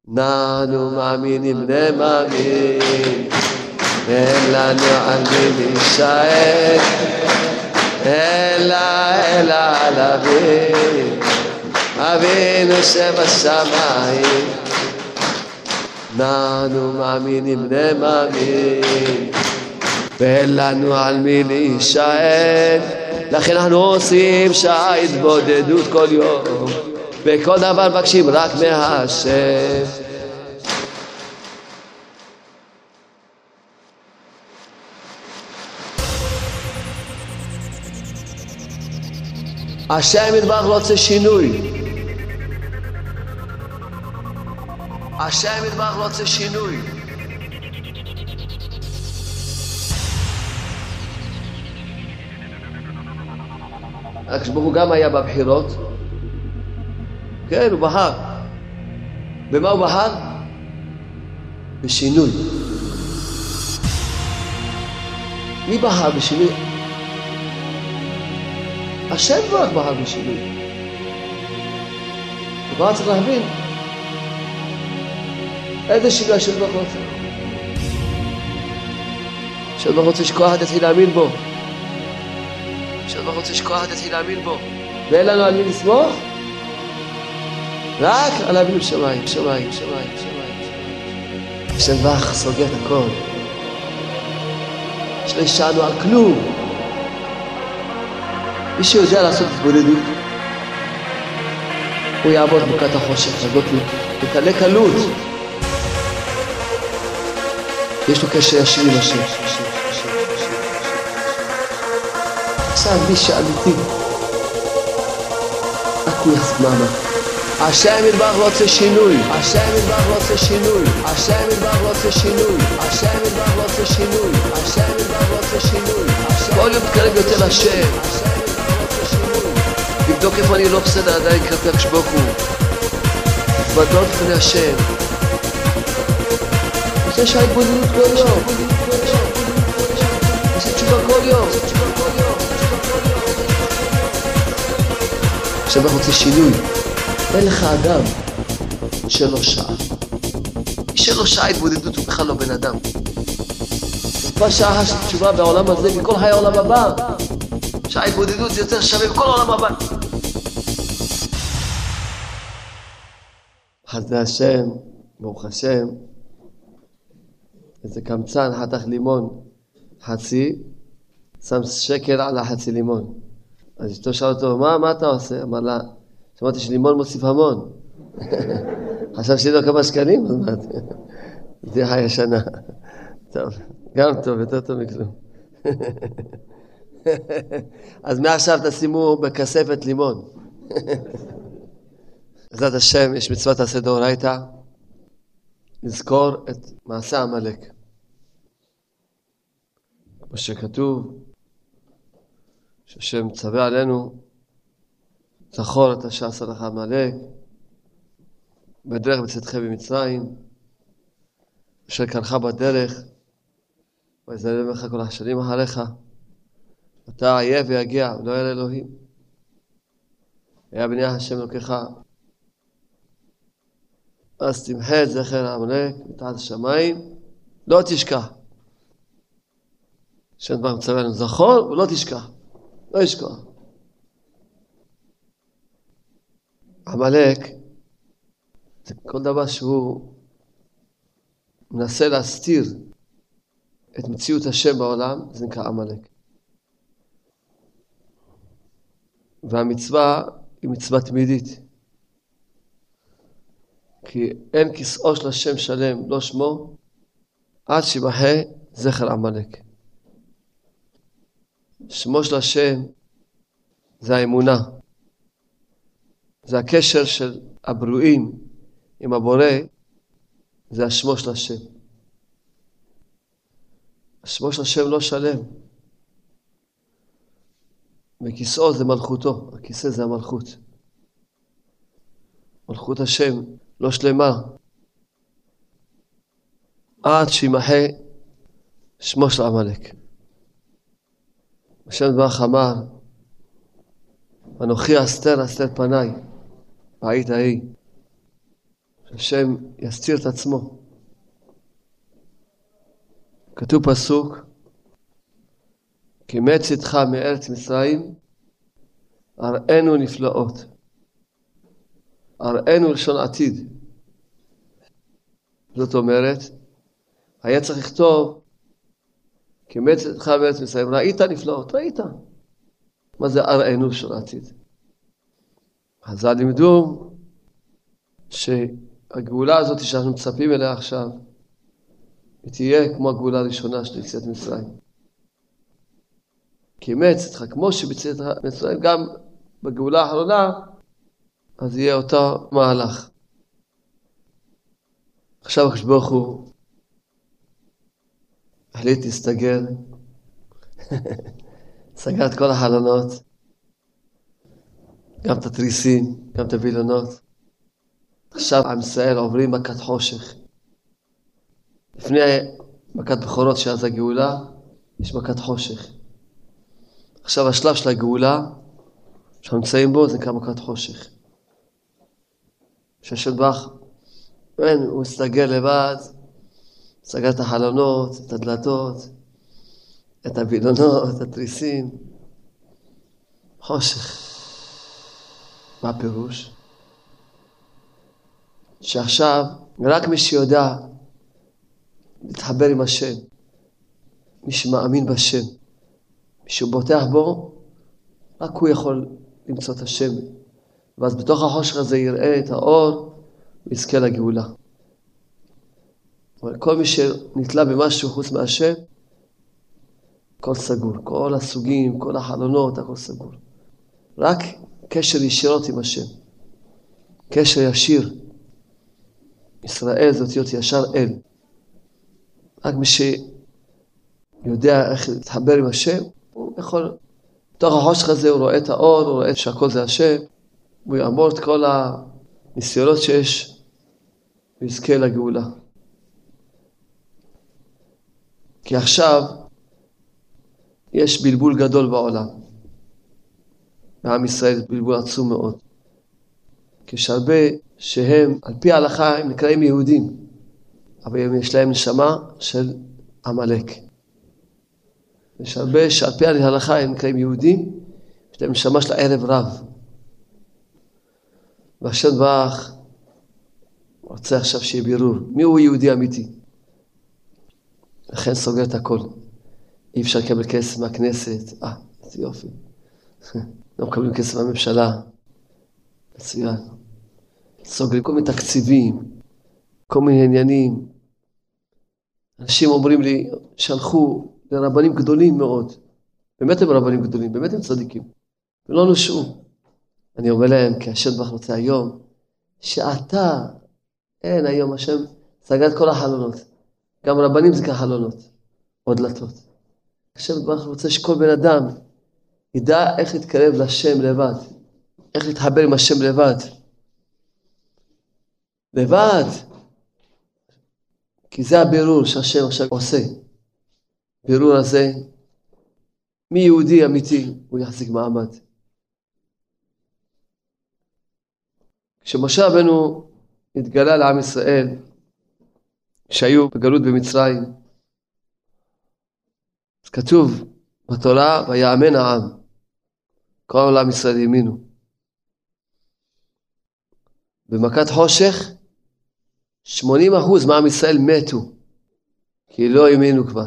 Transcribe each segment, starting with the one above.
ננו מאמינים בני מאמין, אין לנו על מי להישען, אלא על אבינו שבשמיים. ננו מאמינים בני מאמין, ואין לנו על מי להישען, לכן אנחנו עושים שעה התבודדות כל יום, בכל דבר מבקשים רק מהשם. השם יתברך רוצה שינוי, השם יתברך רוצה שינוי. הקדוש ברוך הוא גם היה בבחירות, כן, הוא בחר. במה הוא בחר? בשינוי. מי בחר בשינוי? השם כבר בחר בשינוי. וכבר צריך להבין איזה שינוי השם כבר רוצה. השם כבר רוצה שכל אחד יתחיל להאמין בו. השם כבר רוצה שכל אחד יתחיל להאמין בו. ואין לנו על מי לסמוך? רק על אבינו שמיים, שמיים, שמיים, שמיים. השם כבר סוגר את הכל. שלא ישענו על כלום. מי שיודע לעשות התבודדות, הוא יעבוד בוקת החושך הזאת בקלי קלות. יש לו קשר ישיר עם השם. עכשיו מי שאמיתי, רק הוא יחזיק מעמד. השם יתברך רוצה שינוי, השם יתברך רוצה שינוי, השם יתברך רוצה שינוי, השם יתברך רוצה שינוי, השם יתברך רוצה שינוי. כל יום תקרב יותר לשם. תבדוק איפה אני לא בסדר עדיין כלפי הקדוש ברוך הוא. תתוודות לפני השם. עושה שעה התבודדות כל יום. עושה תשובה כל יום. השם יתברך רוצה שינוי. אין לך אדם שלא שעה. מי שלא שעה התבודדות הוא בכלל לא בן אדם. כבר שעה של תשובה בעולם הזה מכל חיי העולם הבא. שעה התבודדות זה יותר שווה בכל העולם הבא. חסדי השם, ברוך השם, איזה קמצן חתך לימון חצי, שם שקל על החצי לימון. אז אשתו שאל אותו, מה אתה עושה? אמר לה, שמעתי שלימון מוסיף המון. חשב שיהיה לו כמה שקלים? זה חי השנה. טוב, גם טוב, יותר טוב מכלום. אז מעכשיו תשימו בכספת לימון. בעזרת השם יש מצוות עשה דאורייתא, לזכור את מעשה עמלק. כמו שכתוב, שהשם מצווה עלינו, זכור את אשר עשה לך עמלק, בדרך בצאתכם ממצרים, אשר קנך בדרך, ויזלם לך כל השנים אחריך, אתה עייף ויגיע, לא ירא אלוהים. היה בני השם אלוקיך, אז תמחה את זכר עמלק מתחת השמיים, לא תשכח. השם דבר מצווה לנו, זכור ולא תשכח, לא ישכח. עמלק זה כל דבר שהוא מנסה להסתיר את מציאות השם בעולם, זה נקרא עמלק. והמצווה היא מצווה תמידית. כי אין כיסאו של השם שלם, לא שמו, עד שימחה זכר עמלק. שמו של השם זה האמונה. זה הקשר של הברואים עם הבורא, זה השמו של השם. השמו של השם לא שלם. וכיסאו זה מלכותו, הכיסא זה המלכות. מלכות השם לא שלמה, עד שימחה שמו של עמלק. השם יתברך אמר, אנוכי אסתר פניי, בעת ההיא. השם יסתיר את עצמו. כתוב פסוק, כי מצאתך מארץ מצרים, הראינו נפלאות. הראינו לשון עתיד. זאת אומרת, היה צריך לכתוב, כי מצאתך מארץ מצרים, ראית נפלאות, ראית. מה זה הראינו לשון עתיד? אז לימדו שהגאולה הזאת שאנחנו מצפים אליה עכשיו, היא תהיה כמו הגאולה הראשונה של יציאת מצרים. כי מצאתך, כמו שביציאת מצרים, גם בגאולה האחרונה, אז יהיה אותו מהלך. עכשיו הקדוש ברוך הוא החליט להסתגר, סגר את כל החלונות, גם את התריסים, גם את הווילונות. עכשיו עם ישראל עוברים מכת חושך. לפני מכת בכורות שאז הגאולה, יש מכת חושך. עכשיו השלב של הגאולה, שאנחנו נמצאים בו, זה נקרא מכת חושך. שהשם ברך, הוא הסתגר לבד, סגר את החלונות, את הדלתות, את הווילונות, את התריסים. חושך. מה הפירוש? שעכשיו רק מי שיודע להתחבר עם השם, מי שמאמין בשם, מי שבוטח בו, רק הוא יכול למצוא את השם. ואז בתוך החושך הזה יראה את האור ויזכה לגאולה. אבל כל מי שנתלה במשהו חוץ מהשם, הכל סגור. כל הסוגים, כל החלונות, הכל סגור. רק קשר ישירות עם השם. קשר ישיר. ישראל זאת להיות ישר אל. רק מי שיודע איך להתחבר עם השם, הוא יכול, בתוך החושך הזה הוא רואה את האור, הוא רואה שהכל זה השם, הוא יעמור את כל הניסיונות שיש, ויזכה לגאולה. כי עכשיו יש בלבול גדול בעולם. בעם ישראל בלבול עצום מאוד. כשהרבה שהם, על פי ההלכה, הם נקראים יהודים, אבל יש להם נשמה של עמלק. יש הרבה שעל פי ההלכה הם נקראים יהודים, יש להם נשמה של ערב רב. והשם ברך רוצה עכשיו שיהיה בירור. מי הוא יהודי אמיתי? לכן סוגר את הכל. אי אפשר לקבל כסף מהכנסת. זה יופי. לא מקבלים כסף מהממשלה. מצוין. סוגרים כל מיני תקציבים, כל מיני עניינים. אנשים אומרים לי, שלחו לרבנים גדולים מאוד. באמת הם רבנים גדולים, באמת הם צדיקים. ולא נושעו. אני אומר להם, כי השם ברך רוצה היום, שאתה, אין היום השם, סגר את כל החלונות. גם רבנים זה כחלונות, או דלתות. השם ברך רוצה שכל בן אדם ידע איך להתקרב לשם לבד. איך להתחבר עם השם לבד. לבד. כי זה הבירור שהשם עכשיו עושה. בירור הזה, מי יהודי אמיתי, הוא יחזיק מעמד. כשמשה רבנו התגלה לעם ישראל, שהיו בגלות במצרים, אז כתוב בתורה, ויאמן העם. כל העולם ישראל האמינו. במכת חושך, 80% מעם ישראל מתו, כי לא האמינו כבר.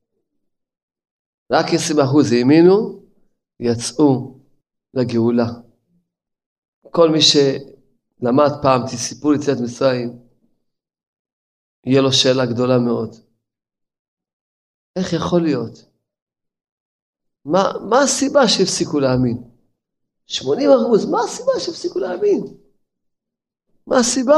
רק 20% האמינו, יצאו לגאולה. כל מי שלמד פעם סיפור יציאת מצרים, יהיה לו שאלה גדולה מאוד. איך יכול להיות? מה הסיבה שהפסיקו להאמין? 80%, מה הסיבה שהפסיקו להאמין? מה הסיבה?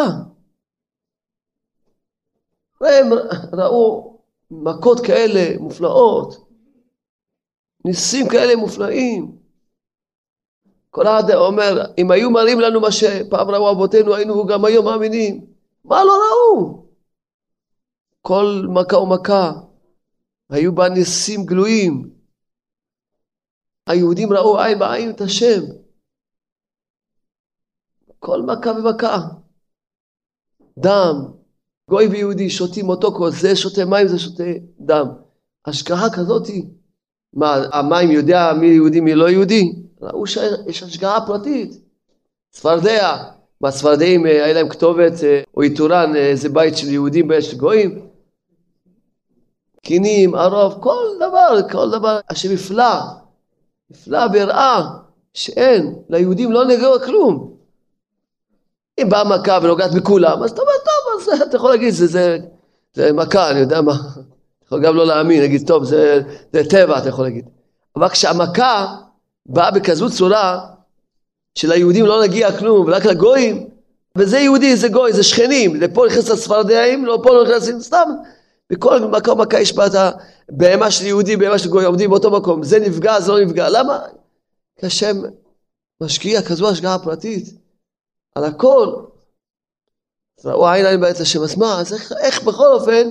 הם ראו מכות כאלה מופלאות, ניסים כאלה מופלאים. כל אחד אומר, אם היו מראים לנו מה שפעם ראו אבותינו, היינו גם היום מאמינים. מה לא ראו? כל מכה ומכה, היו בה ניסים גלויים. היהודים ראו עין בעין את השם. כל מכה ומכה. דם, גוי ויהודי שותים אותו כוס, זה שותה מים, זה שותה דם. השגחה כזאת, מה, המים יודע מי יהודי מי לא יהודי? ראו שיש השגחה פרטית. צפרדע, מה צפרדעים היה להם כתובת או איתורן, איזה בית של יהודים בית של גויים? קינים, ערוב, כל דבר אשר נפלא ברעה שאין, ליהודים לא נגוע כלום. אם באה מכה ונוגעת בכולם, אז אתה אומר, טוב, אז אתה יכול להגיד, זה מכה, אני יודע מה. אתה יכול גם לא להאמין, להגיד, טוב, זה טבע, אתה יכול להגיד. אבל כשהמכה באה בכזאת צורה, שליהודים לא נגיע כלום, ורק לגויים, וזה יהודי, זה גוי, זה שכנים, לפה נכנס לצפרדעים, לא פה לא נכנסים, סתם. בכל מקום מכה יש בה בהמה של יהודי, בהמה של גוי, עומדים באותו מקום, זה נפגע, זה לא נפגע. למה? כי השם משקיע כזו השגחה פרטית על הכל. ראו עין בעת השם, אז מה? אז איך בכל אופן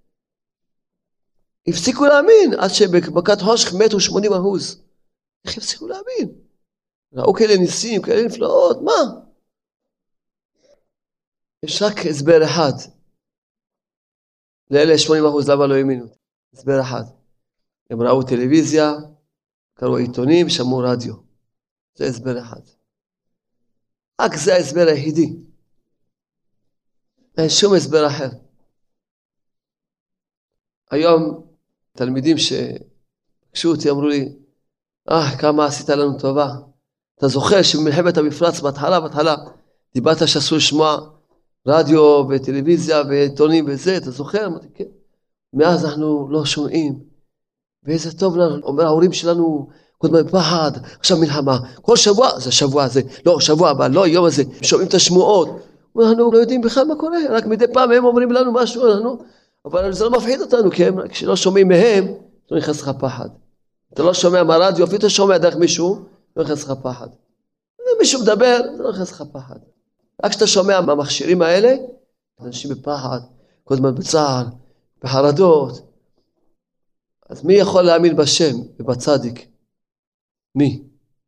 הפסיקו להאמין עד שבמכת חושך מתו 80%? איך הפסיקו להאמין? ראו כאלה ניסים, כאלה נפלאות, מה? יש רק הסבר אחד לאלה 80%, למה לא האמינו? הסבר אחד. הם ראו טלוויזיה, קראו עיתונים, שמעו רדיו. זה הסבר אחד. רק זה ההסבר היחידי. אין שום הסבר אחר. היום תלמידים שפגשו אותי אמרו לי, כמה עשית לנו טובה. אתה זוכר שבמלחמת המפרץ בהתחלה, דיברת שאסור לשמוע רדיו וטלוויזיה ועיתונים וזה, אתה זוכר? אמרתי, כן. מאז אנחנו לא שומעים. ואיזה טוב לנו, אומר ההורים שלנו, קודם בפחד, עכשיו מלחמה. כל שבוע, זה שבוע הזה, לא, שבוע הבא, לא, יום הזה, שומעים את השמועות. אנחנו לא יודעים בכלל מה קורה, רק מדי פעם הם אומרים לנו משהו, אבל זה לא מפחיד אותנו, כי כשלא שומעים מהם, לא נכנס לך פחד. אתה לא שומע מהרדיו, אפילו אתה שומע דרך מישהו, לא נכנס לך פחד. מישהו מדבר, זה לא נכנס לך פחד. רק כשאתה שומע מהמכשירים האלה, אנשים בפחד, כל הזמן בצער, בחרדות. אז מי יכול להאמין בשם ובצדיק? מי?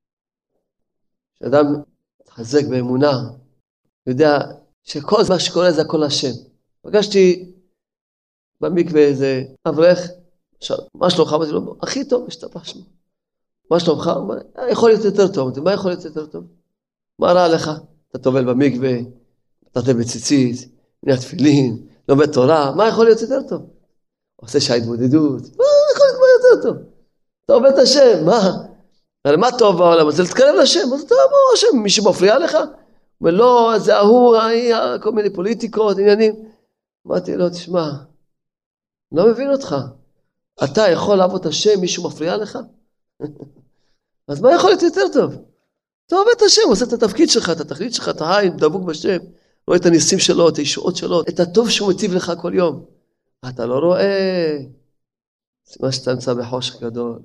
שאדם תחזק באמונה, יודע שכל מה שקורה זה הכל השם. פגשתי במקווה איזה אברך, מה שלומך? אמרתי לו, הכי טוב, השתבח שמו. מה שלומך? יכול להיות יותר טוב. אמרתי, מה יכול להיות יותר טוב? מה רע לך? אתה טובל במקווה, אתה בציצית, מניח תפילין, לומד תורה, מה יכול להיות יותר טוב? עושה שעה התבודדות, מה יכול להיות יותר טוב? אתה עובד את השם, מה? הרי מה טוב בעולם? זה להתקרב לשם, אז אתה אומר, השם, מישהו מפריע לך? אומר, לא, זה ההוא, כל מיני פוליטיקות, עניינים. אמרתי לו, תשמע, לא מבין אותך. אתה יכול לעבוד את השם, מישהו מפריע לך? אז מה יכול להיות יותר טוב? אתה עובד את השם, עושה את התפקיד שלך, את התכלית שלך, אתה עין, דבוק בשם, רואה את הניסים שלו, את הישועות שלו, את הטוב שהוא מציב לך כל יום. אתה לא רואה, זה מה שאתה נמצא בחושך גדול.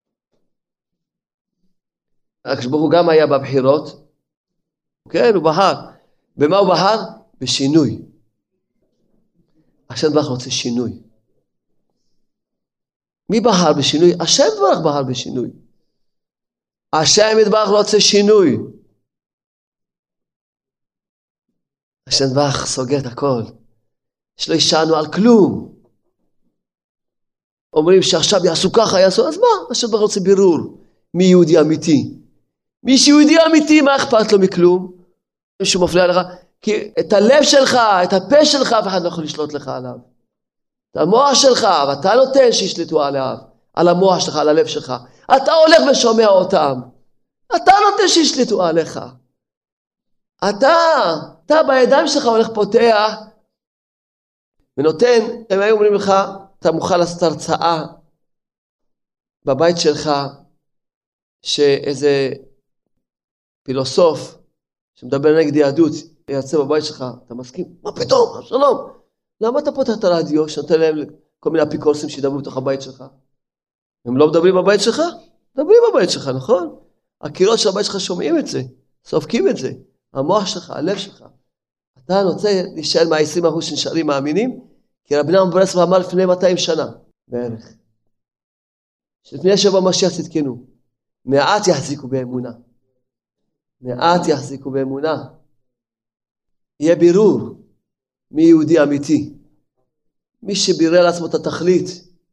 הקדוש הוא גם היה בבחירות, כן, הוא בחר. במה הוא בחר? בשינוי. השם יתברך רוצה שינוי. מי בחר בשינוי? השם יתברך בחר בשינוי. השם יתברך רוצה שינוי. השם יתברך סוגר את הכל. שלא ישענו על כלום. אומרים שעכשיו יעשו ככה, יעשו, אז מה? השם יתברך רוצה בירור. מי יהודי אמיתי? מי שיהודי אמיתי, מה אכפת לו מכלום? מישהו מפריע לך? כי את הלב שלך, את הפה שלך, אף אחד לא יכול לשלוט לך עליו. את המוח שלך, ואתה נותן שישלטו עליו, על המוח שלך, על הלב שלך. אתה הולך ושומע אותם. אתה נותן שישלטו עליך. אתה בידיים שלך הולך פותח, ונותן, הם היו אומרים לך, אתה מוכן לעשות הרצאה בבית שלך, שאיזה פילוסוף שמדבר נגד יהדות יעצה בבית שלך, אתה מסכים? מה פתאום? שלום. למה אתה פותח את הרדיו שנותן להם כל מיני אפיקורסים שידברו בתוך הבית שלך? הם לא מדברים בבית שלך? מדברים בבית שלך, נכון? הקירות של הבית שלך שומעים את זה, סופקים את זה, המוח שלך, הלב שלך. אתה רוצה להישאר מה-20% שנשארים מאמינים? כי רבי נחמן מברסלב אמר לפני 200 שנה בערך, שלפני שבוע משיח צדקנו, מעט יחזיקו באמונה. מעט יחזיקו באמונה. יהיה בירור. מי יהודי אמיתי? מי שבירר לעצמו את התכלית,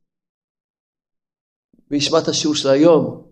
וישמע את השיעור של היום,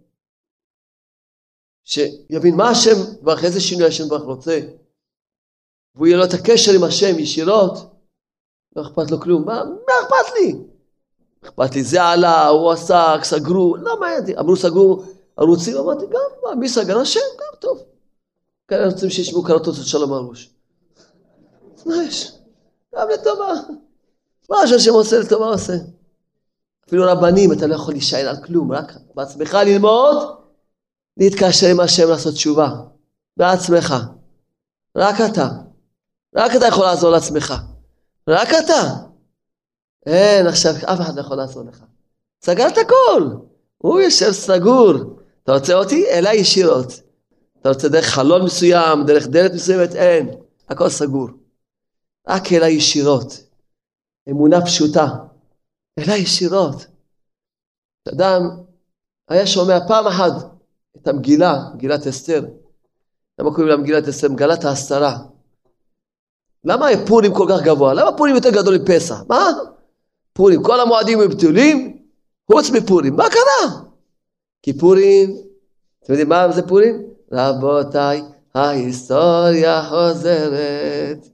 שיבין מה השם ברך, איזה שינוי השם ברך רוצה, והוא יהיה לו את הקשר עם השם ישירות, לא אכפת לו כלום. מה אכפת לי? אכפת לי, זה עלה, הוא עסק, סגרו, לא מעניין, אמרו סגרו ערוצים, אמרתי גם, מי סגר? השם, גם טוב. כאלה רוצים שישמעו קלטות את שלום הראש. מה יש? גם לטובה. מה שהשם עושה לטובה עושה. אפילו רבנים, אתה לא יכול להישאל על כלום, רק בעצמך ללמוד, להתקשר עם השם לעשות תשובה. בעצמך. רק אתה יכול לעזור לעצמך. רק אתה. אין, עכשיו אף אחד לא יכול לעזור לך. סגרת הכל. הוא יושב סגור. אתה רוצה אותי? אליי ישירות. אתה רוצה דרך חלון מסוים, דרך דלת מסוימת? אין. הכל סגור. רק אליי ישירות. אמונה פשוטה. אליי ישירות. אדם היה שומע פעם אחת את המגילה, מגילת אסתר. למה קוראים לה מגילת אסתר? מגילת ההסתרה. למה פורים כל כך גבוה? למה פורים יותר גדול מפסח? מה? פורים, כל המועדים הם בטולים, חוץ מפורים. מה קרה? כי פורים, אתם יודעים מה זה פורים? רבותיי, ההיסטוריה חוזרת.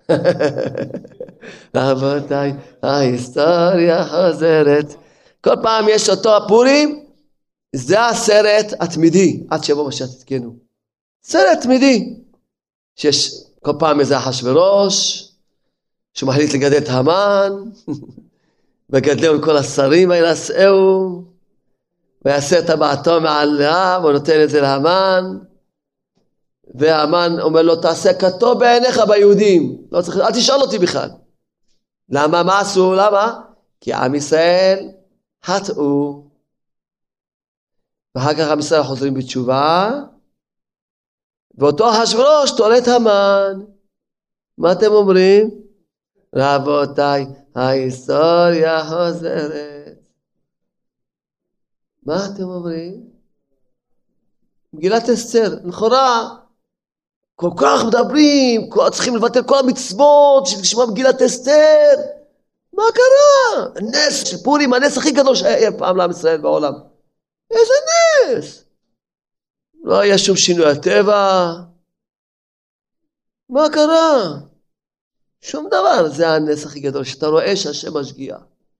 רבותיי, ההיסטוריה חוזרת. כל פעם יש אותו הפורים, זה הסרט התמידי, עד שיבוא משיח תתקנו. סרט תמידי. שיש כל פעם איזה אחשוורוש, שמחליט לגדל את המן, וגדלו עם כל השרים וינשאו, ויעשה את הבעתו מעליו, הוא נותן את זה להמן, והמן אומר לו, תעשה כתוב בעיניך ביהודים, לא צריך, אל תשאל אותי בכלל. למה? מה עשו? למה? כי עם ישראל חטאו, ואחר כך עם ישראל חוזרים בתשובה, ואותו אחשוורוש תולה את המן. מה אתם אומרים? רבותיי, ההיסטוריה חוזרת. מה אתם אומרים? מגילת אסתר, לכאורה, כל כך מדברים, צריכים לבטל כל המצוות, לשמוע מגילת אסתר. מה קרה? הנס של פורים, הנס הכי גדול שהיה פעם לעם ישראל בעולם. איזה נס? לא היה שום שינוי הטבע. מה קרה? שום דבר. זה הנס הכי גדול, שאתה רואה שהשם משגיע.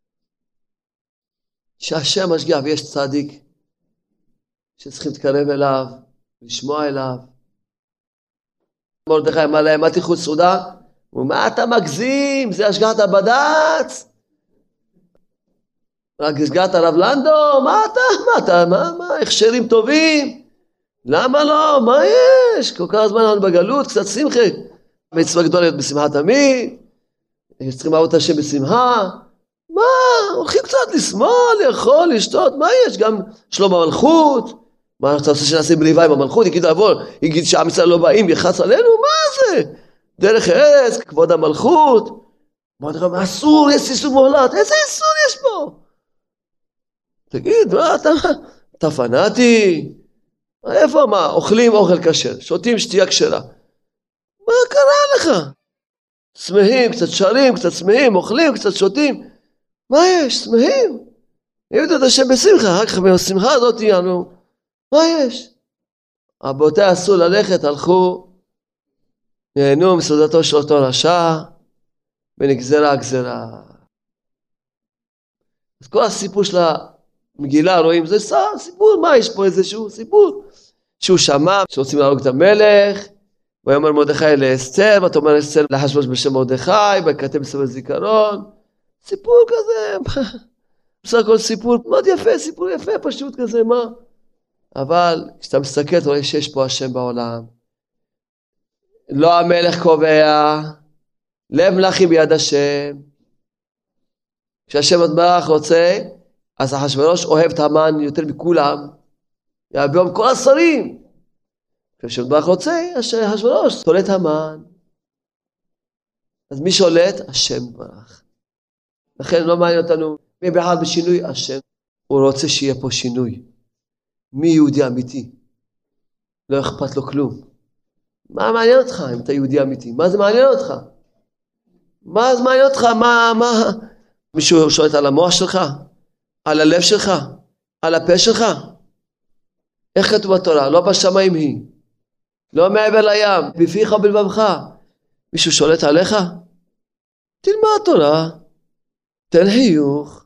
שהשם משגיע ויש צדיק שצריכים להתקרב אליו, לשמוע אליו. מרדכי אמר להם, מה תלכו סעודה? ומה אתה מגזים? זה השגעת הבד"ץ? רק השגעת הרב לנדו? מה אתה? מה? הכשרים טובים? למה לא? מה יש? כל כך זמן אנחנו בגלות, קצת שמחה. מצווה גדולה להיות בשמחת תמיד. צריכים לעבוד את השם בשמחה. מה? הולכים קצת לשמאל, לאכול, לשתות. מה יש? גם שלום המלכות. מה אתה רוצה שנעשה בריבה עם המלכות? יגיד שעם ישראל לא באים, יחץ עלינו? מה זה? דרך ארץ, כבוד המלכות. מה אסור? יש איסור מוחלט. איזה איסור יש פה? תגיד, מה אתה פנאטי? איפה מה? אוכלים אוכל כשר, שותים שתייה כשרה. מה קרה לך? שמחים, קצת שרים, קצת שמחים, אוכלים, קצת שותים. מה יש? שמחים. יביאו את השם בשמחה, אחר כך מהשמחה הזאת תהיינו. מה יש? רבותיי עשו ללכת, הלכו, נהנו מסעודתו של אותו רשע, ונגזרה הגזרה. אז כל הסיפור של המגילה רואים, זה סיפור, מה יש פה איזשהו סיפור? שהוא שמע שרוצים להרוג את המלך, ויאמר מרדכי לאסתר, ואתה אומר אסתר לאחשוורוש בשם מרדכי, ויקטם בספר זיכרון. סיפור כזה, בסך הכל סיפור מאוד יפה, סיפור יפה, פשוט כזה, מה? אבל כשאתה מסתכל, אתה רואה שיש פה השם בעולם. לא המלך קובע, לב מלכים ביד השם. כשהשם יתברך רוצה, אז אחשוורוש אוהב את המן יותר מכולם. יביאום כל השרים. כשהשם יתברך רוצה, אחשוורוש שולט המן. אז מי שולט? השם יתברך. לכן לא מעניין אותנו מי בכלל בשינוי השם. הוא רוצה שיהיה פה שינוי. מי יהודי אמיתי? לא אכפת לו כלום. מה מעניין אותך אם אתה יהודי אמיתי? מה זה מעניין אותך? מה מעניין אותך? מה? מישהו שולט על המוח שלך? על הלב שלך? על הפה שלך? איך כתוב בתורה? לא בשמיים היא. לא מעבר לים, בפיך ובלבבך. מישהו שולט עליך? תלמד תורה. תן חיוך.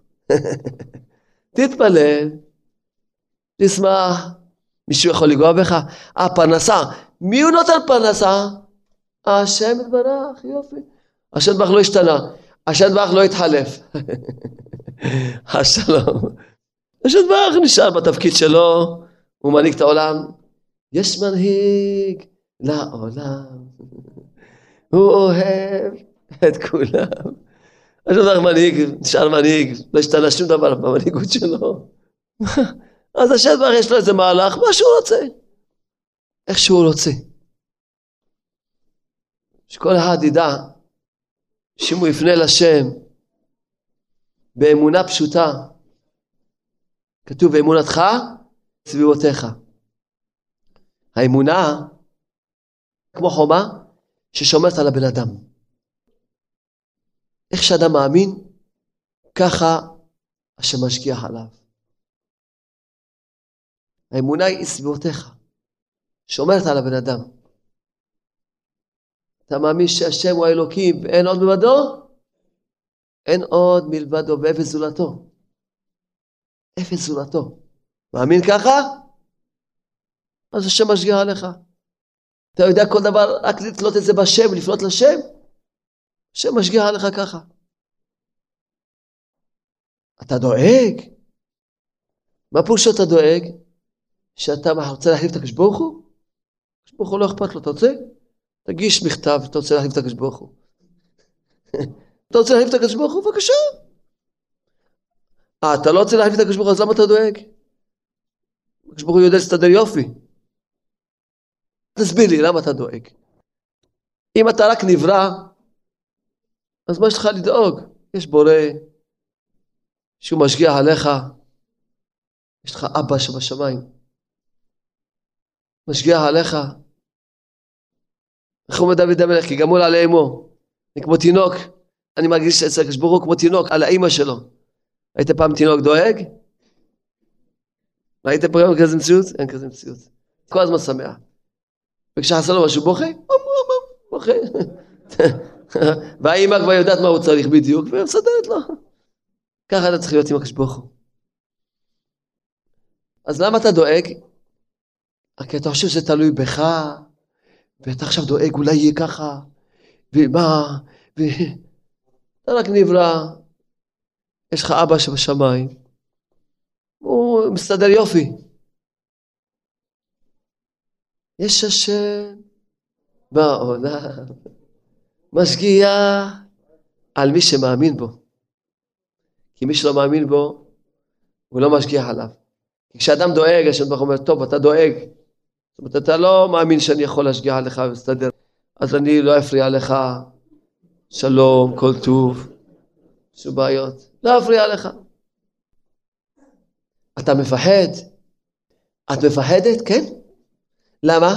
תתפלל. תשמח. מישהו יכול לגוע בך? פרנסה. מי הוא נותן פרנסה? השם יתברך, יופי. השם יתברך לא השתנה. השם יתברך לא התחלף. השלום. השם יתברך נשאר בתפקיד שלו. הוא מנהיג את העולם. יש מנהיג לעולם. הוא אוהב את כולם. השם יתברך מנהיג, נשאר מנהיג. לא השתנה שום דבר במנהיגות שלו. אז השם יתברך יש לו איזה מהלך, מה שהוא רוצה. איך שהוא רוצה. שכל אחד ידע שאם הוא יפנה לשם באמונה פשוטה, כתוב באמונתך סביבותיך. האמונה כמו חומה ששומרת על הבן אדם. איך שאדם מאמין, ככה השם משגיח עליו. האמונה היא סביבותיך, שומרת על הבן אדם. אתה מאמין שהשם הוא האלוקים ואין עוד מלבדו? אין עוד מלבדו ואפס זולתו. אפס זולתו. מאמין ככה? אז השם משגיח עליך. אתה יודע כל דבר, רק לתלות את זה בשם, לפנות לשם. השם משגיח עליך ככה. אתה דואג? מה פירוש שאתה דואג? שאתה רוצה להחליף את הקדוש ברוך הוא? הקדוש ברוך הוא לא אכפת לו, אתה רוצה? תגיש מכתב, אתה רוצה להחליף את הקדוש ברוך הוא. אתה רוצה להחליף את הקדוש ברוך הוא? בבקשה. אתה לא רוצה להחליף את הקדוש ברוך הוא, אז למה אתה דואג? הקדוש ברוך הוא יודע להסתדר יופי. תסביר לי, למה אתה דואג? אם אתה רק נברא, אז מה יש לך לדאוג? יש בורא, שהוא משגיח עליך, יש לך אבא שבשמיים, משגיח עליך. איך אומר דוד המלך? כי גמול על אמו, אני כמו תינוק, אני מרגיש אצל הקדוש ברוך הוא כמו תינוק על האמא שלו. היית פעם תינוק דואג? ראית פעם כזה מציאות? אין כזה מציאות. כל הזמן שמח. וכשחסר לו משהו בוכה, בוכה. והאמא כבר יודעת מה הוא צריך בדיוק, ומסדרת לו. ככה אתה צריך להיות עם הקדוש ברוך הוא. אז למה אתה דואג? כי אתה חושב שזה תלוי בך, ואתה עכשיו דואג, אולי יהיה ככה, ומה, אתה רק נברא, יש לך אבא שבשמיים, הוא מסתדר יופי. יש השם בעולם, משגיח על מי שמאמין בו. כי מי שלא מאמין בו, הוא לא משגיח עליו. כי כשאדם דואג, השם ברוך אומר, טוב, אתה דואג. זאת אומרת, אתה לא מאמין שאני יכול להשגיח עליך ולסתדר. אז אני לא אפריע לך, שלום, כל טוב, שום בעיות. לא אפריע לך. אתה מפחד? את מפחדת? כן? למה?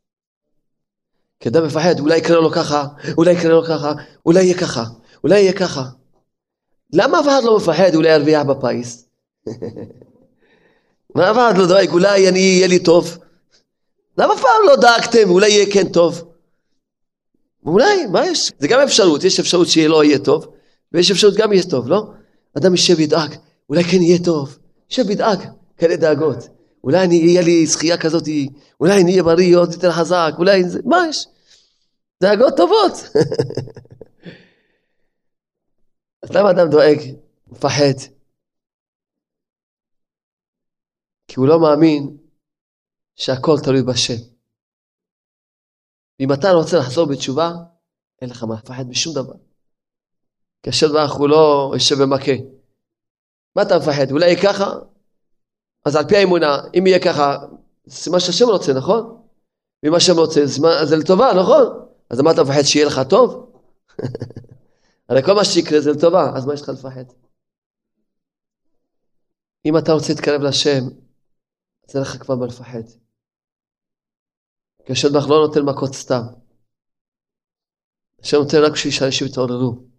כי אדם מפחד, אולי יקרה לו ככה, אולי יקרה לו ככה, אולי יהיה ככה, אולי יהיה ככה. למה אף אחד לא מפחד, אולי ירוויח בפיס? מה אף אחד לא דואג, אולי יהיה לי טוב? למה אף פעם לא דאגתם, אולי יהיה כן טוב? אולי, מה יש? זה גם אפשרות, יש אפשרות שיהיה לא יהיה טוב, ויש אפשרות גם יהיה טוב, לא? אדם ישב ידאג, אולי כן יהיה טוב, ישב ידאג, כאלה דאגות. אולי יהיה לי זכייה כזאת, אולי אני אהיה בריא עוד יותר חזק, אולי, מה יש? דאגות טובות. אז למה אדם דואג, מפחד? כי הוא לא מאמין שהכל תלוי בשם. ואם אתה רוצה לחזור בתשובה, אין לך מה לפחד בשום דבר. כי השם ברוך הוא לא יושב במכה. מה אתה מפחד? אולי יהיה ככה? אז על פי האמונה, אם יהיה ככה, זה מה שהשם רוצה, נכון? ואם השם רוצה, זה לטובה, נכון? אז מה אתה מפחד שיהיה לך טוב? הרי כל מה שיקרה זה לטובה, אז מה יש לך לפחד? אם אתה רוצה להתקרב לשם, אז אין לך כבר מה לפחד. כי השם ברוך לא נותן מכות סתם. השם נותן רק שאנשים יתעוררו.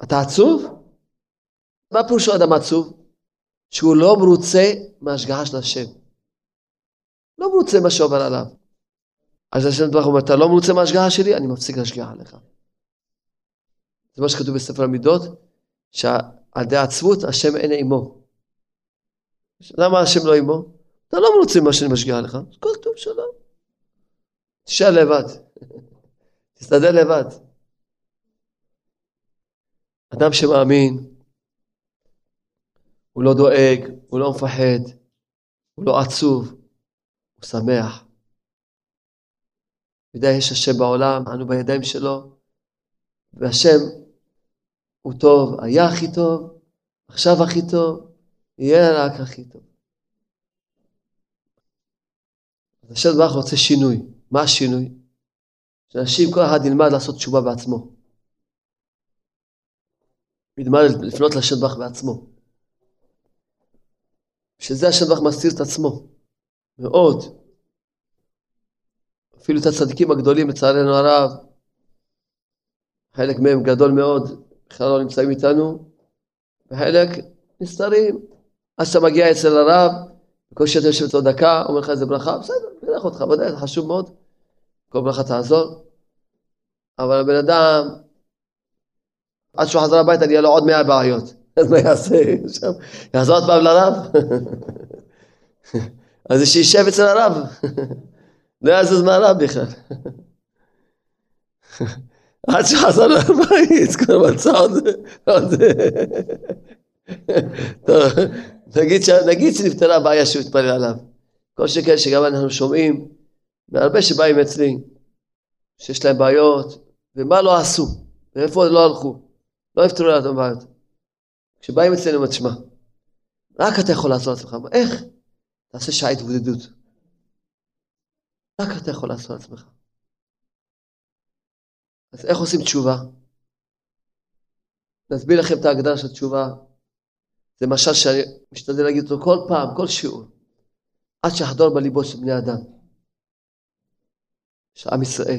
אתה עצוב? מה פירושו אדם עצוב? שהוא לא מרוצה מההשגחה של השם. לא מרוצה מה שעובר עליו. אז השם דבר אומר, אתה לא מרוצה מההשגחה שלי? אני מפסיק להשגח עליך. זה מה שכתוב בספר המידות, שעל די עצבות השם אין עמו. למה השם לא עמו? אתה לא מרוצה מה שאני משגיח עליך. אז כל טוב שלום. תשאר לבד. תסתדר לבד. אדם שמאמין, הוא לא דואג, הוא לא מפחד, הוא לא עצוב, הוא שמח. יודע, יש השם בעולם, אנו בידיים שלו, והשם הוא טוב, היה הכי טוב, עכשיו הכי טוב, יהיה רק הכי טוב. אז השם דבר רוצה שינוי. מה השינוי? שאנשים, כל אחד ילמד לעשות תשובה בעצמו. ילמד לפנות לשם דבר בעצמו. שזה השם דבר מסתיר את עצמו. מאוד. אפילו את הצדיקים הגדולים, לצערנו הרב, חלק מהם גדול מאוד, בכלל לא נמצאים איתנו, וחלק נסתרים. אז שאתה מגיע אצל הרב, וכל שאתה יושב את עוד דקה, אומר לך איזה ברכה, בסדר, נלך אותך, ודאי, זה חשוב מאוד, כל ברכה תעזור. אבל הבן אדם, עד שהוא חזר הביתה, נהיה לו עוד 100 בעיות. אז מה יעשה? יחזור עוד פעם לרב? אז זה שישב אצל הרב. לא יעזוז מהרב בכלל. עד שחזר לבית, כבר מצא עוד... נגיד שנפתרה הבעיה שהוא התפלל עליו. כל שכן שגם אנחנו שומעים, מהרבה שבאים אצלי, שיש להם בעיות, ומה לא עשו, ואיפה לא הלכו, לא יפתרו להם בעיות. כשבאים אצלנו תשמע, רק אתה יכול לעשות לעצמך, איך? תעשה שעה התבודדות. רק אתה יכול לעשות לעצמך. אז איך עושים תשובה? נסביר לכם את ההגדרה של התשובה. זה משל שאני משתדל להגיד אותו כל פעם, כל שיעור, עד שיחדור בליבו של בני אדם, של עם ישראל.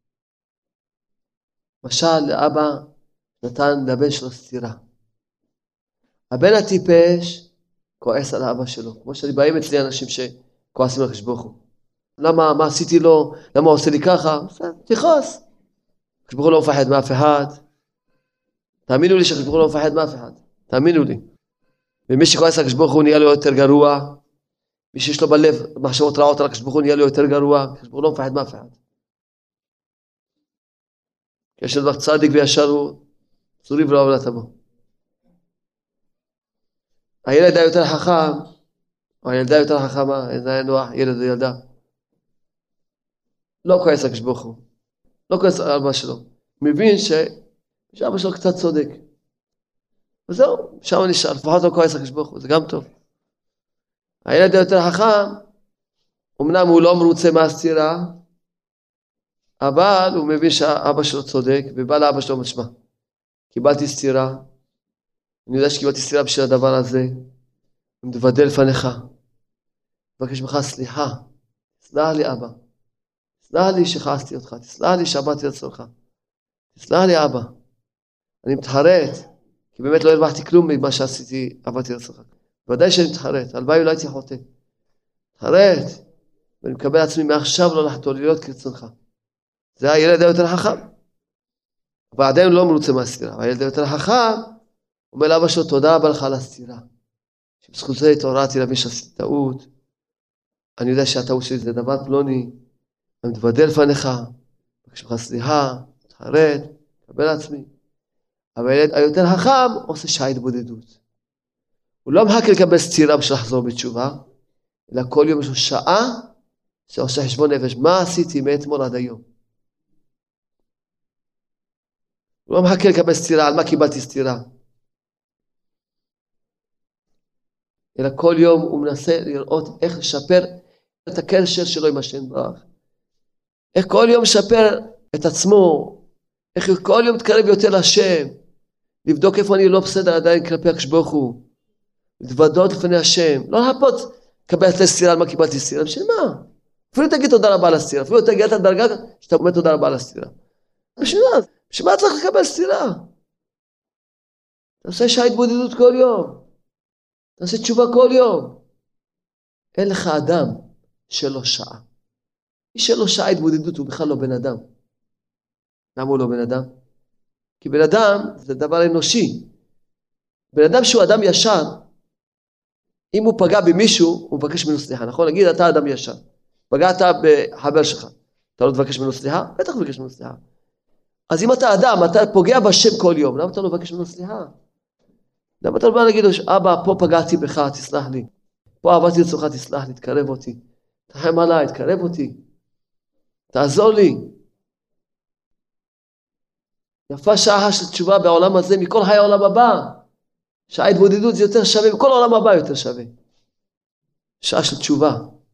משל לאבא נתן לבן שלו סתירה. הבן הטיפש כועס על האבא שלו, כמו שאני באים אצלי אנשים שכועסים על חשבוך הוא. למה, מה עשיתי לו, למה הוא עושה לי ככה? תכעס. חשבוך הוא לא מפחד מאף אחד. תאמינו לי שחשבוך הוא לא מפחד מאף אחד. תאמינו לי. ומי שכועס על חשבוך הוא נהיה לו יותר גרוע. מי שיש לו בלב מחשבות רעות על חשבוך הוא נהיה לו יותר גרוע. חשבוך הוא לא מפחד מאף אחד. יש לדבר צדיק וישר הוא צורי ולא עבודה תבוא. הילד היותר חכם, או הילדה יותר חכמה, ילד או ילדה, לא כועס על חשבוך הוא. לא כועס על אבא שלו. מבין שאבא שלו קצת צודק. וזהו, שם נשאר, לפחות לא כועס על חשבוך הוא, זה גם טוב. הילד היותר חכם, אמנם הוא לא מרוצה מהסתירה, אבל הוא מבין שהאבא שלו צודק, ובא לאבא שלו משמע. קיבלתי סתירה, אני יודע שקיבלתי סתירה בשביל הדבר הזה, אני מתוודה לפניך, מבקש ממך סליחה, תסלח לי אבא, תסלח לי שכעסתי אותך, תסלח לי שעבדתי לצורך, תסלח לי אבא, אני מתחרט, כי באמת לא הרווחתי כלום ממה שעשיתי, עבדתי לצורך. ודאי שאני מתחרט, הלוואי אולי הייתי חוטא. מתחרט, ואני מקבל עצמי מעכשיו לא לחטוא, להיות כרצונך. זה הילד היותר חכם. אבל עדיין לא מרוצה מהסתירה. הילד היותר חכם, אומר לאבא שלו, תודה רבה לך על הסתירה. שבזכות זה התעוררתי להבין שעשיתי טעות. אני יודע שהטעות שלי זה דבר פלוני. אני מתוודה לפניך, מבקש ממך סליחה, מתחרט, מקבל עצמי. אבל הילד היותר חכם עושה שעה התבודדות. הוא לא מחכה לקבל סתירה בשביל לחזור בתשובה, אלא כל יום יש לו שעה שעושה חשבון נפש. מה עשיתי מאתמול עד היום? הוא לא מחכה לקבל סתירה, על מה קיבלתי סתירה? אלא כל יום הוא מנסה לראות איך לשפר את הקשר שלו עם השם ברך. איך כל יום לשפר את עצמו, איך כל יום מתקרב יותר לשם, לבדוק איפה אני לא בסדר עדיין כלפי הקדוש ברוך הוא, להתוודות לפני השם, לא לחפות לקבל את הסתירה על מה קיבלתי סתירה, בשביל מה? אפילו תגיד תודה רבה על הסתירה, אפילו תגיד את הדרגה שאתה אומר תודה רבה על הסתירה. בשביל מה? בשביל מה צריך לקבל סתירה? תעשה שעה התבודדות כל יום. תעשה תשובה כל יום. אין לך אדם שלא שעה. מי שלא שעה התבודדות הוא בכלל לא בן אדם. למה הוא לא בן אדם? כי בן אדם זה דבר אנושי. בן אדם שהוא אדם ישר, אם הוא פגע במישהו, הוא מבקש ממנו סליחה. נכון? נגיד, אתה אדם ישר. פגעת בחבר שלך. אתה לא תבקש ממנו סליחה? בטח תבקש ממנו סליחה. אז אם אתה אדם, אתה פוגע בשם כל יום, למה אתה לא מבקש ממנו סליחה? למה אתה לא בא להגיד לו, אבא, פה פגעתי בך, תסלח לי. פה עבדתי לצורך, תסלח לי, תקרב אותי. תחם עליי, תקרב אותי. תעזור לי. יפה שעה של תשובה בעולם הזה, מכל חיי העולם הבא. שעה התבודדות זה יותר שווה, וכל העולם הבא יותר שווה. שעה של תשובה.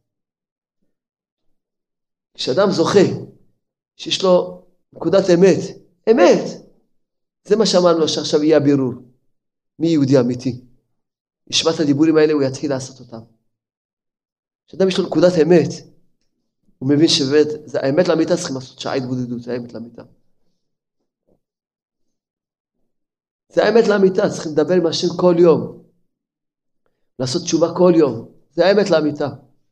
כשאדם זוכה, שיש לו נקודת אמת, אמת, זה מה שאמרנו שעכשיו יהיה הבירור. מי יהודי אמיתי? ישמע את הדיבורים האלה, הוא יתחיל לעשות אותם. כשאדם יש לו נקודת אמת, הוא מבין שזה האמת לאמיתה, צריכים לעשות שעה התבודדות, זה האמת לאמיתה. זה האמת לאמיתה, צריכים לדבר עם השם כל יום. לעשות תשובה כל יום. זה האמת לאמיתה.